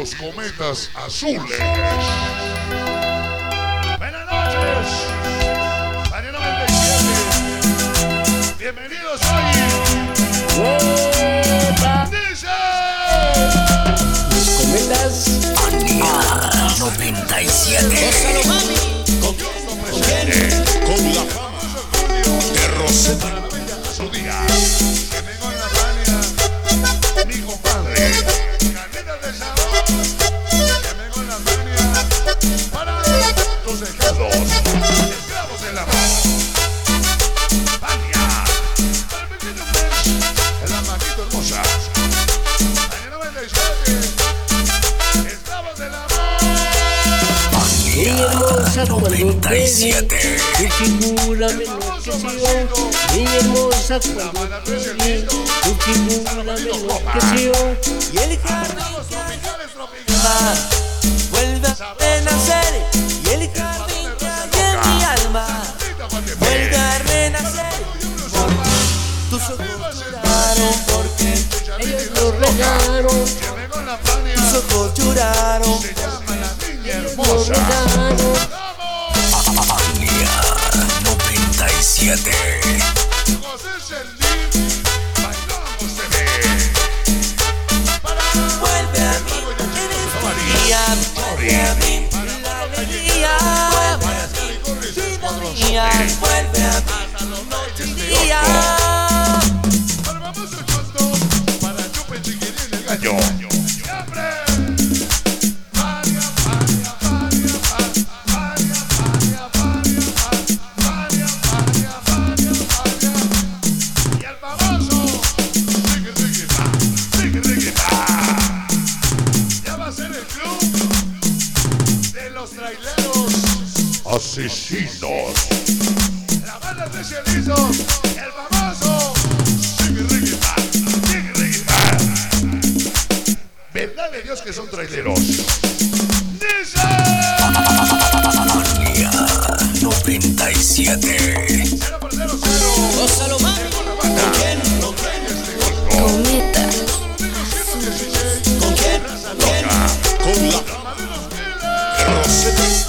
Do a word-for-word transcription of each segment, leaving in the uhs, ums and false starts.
los cometas azules. Buenas noches. Año noventa y siete. Bienvenidos hoy. Dice. Los cometas Año noventa y siete. Gózalo, mami. Con Dios lo presente. Con la fama de Rosetta. Para la bella su día. Que vengo en la plania. Mi compadre. Caneta de sabor. Que vengo en la plania. Para los dejados. Esclavos de la voz. Pania. Para el pequeño pez. En la manito hermosa. Año noventa y siete. Esclavos de la voz. Mi hermosa cuando noventa te y vi, siete. tu figura me enloqueció. Mi hermosa cuando te vi, tu figura me enloqueció. Y el jardín Los tropicales tropicales. Vuelve a renacer y el jardín que hay en mi alma vuelve a renacer. Tus ojos lloraron porque ellos lo regaron, Que vengo en la plania. tus ojos lloraron. Se llama la niña lo hermosa. regaron. Año noventa y siete. José Celdín, bailamos se ve. Para Vuelve a mí en este día, vuelve a mí la alegría. Vida mía, vuelve a mí noche y día. Para vamos al fondo, para Chupe Chiquirín el gallo. Siempre. Faria, faria, faria, faria, faria, faria, faria, faria, faria, faria. Y el famoso Ricky Ricky Pa, Ricky Ricky Pa. Ya va a ser el club de los traileros asesinos. La banda de Cielizos, el famoso Ricky Ricky Pa, Ricky Ricky Pa. Verdad de Dios que son traileros. Dice. Año noventa y siete. Cero por cero cero. Gózalo, mami. Con la banda. ¿Con quién? Los Reyes de Golfo. Cometa. ciento dieciséis. ¿Con quién? Raza Loca. Con la Dama de los Miles.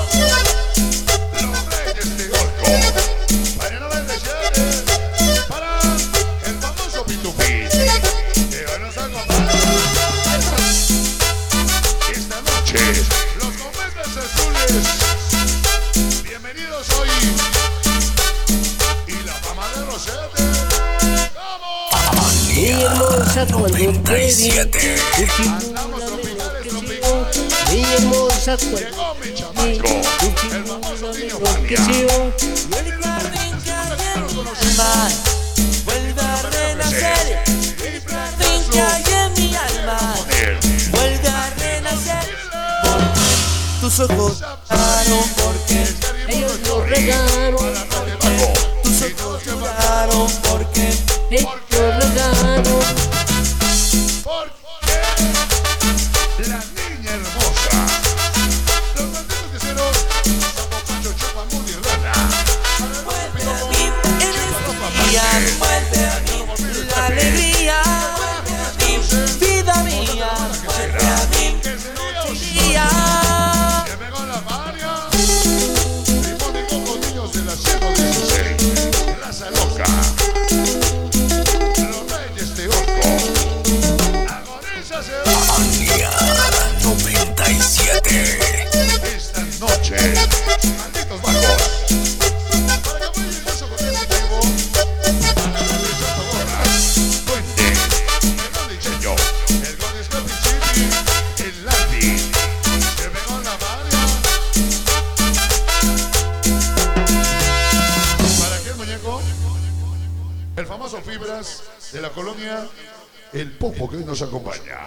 Los Reyes de Golfo. Para noventa y siete. Para el famoso Pitufí. Que hoy nos acompaña. Esta noche, los cometas azules. Bienvenidos hoy. Y la fama de Rosete. ¡Vamos! Mi hermosa cuando te noventa y vi, siete. tu figura Andamos me tropicales, enloqueció. tropicales. Mi hermosa cuando Llegó mi te vi, chamaco, tu el famoso figura me niño Fania. enloqueció. Y el jardín que hay en mi alma vuelve a renacer. El jardín que hay en mi alma vuelve a renacer. Tus ojos lloraron porque Ellos lo regaron, tus ojos lloraron porque ellos lo regaron. Porque la niña hermosa. Los bandidos de cero. Sapo, Pancho, Chapa, Moody, Rana. vuelve a mí en este día, vuelve a mí la alegría, vuelve a mí vida mía, vuelve a mí noche y día. Que vengo en la Fania. Limón y coco, niños de la ciento dieciséis. Raza Loca. Los Reyes de Orco. Agoniza se va. Año noventa y siete. Esta noche, malditos bajos. Para que vayan eso con este tiempo. Para la de Chato Gorras. Duende. El Rodicheño. El Godisco Pichipi. El Landy. Que vengo en la Fania. ¿Para qué, muñeco? El famoso Fibras de la colonia El Popo que hoy nos acompaña.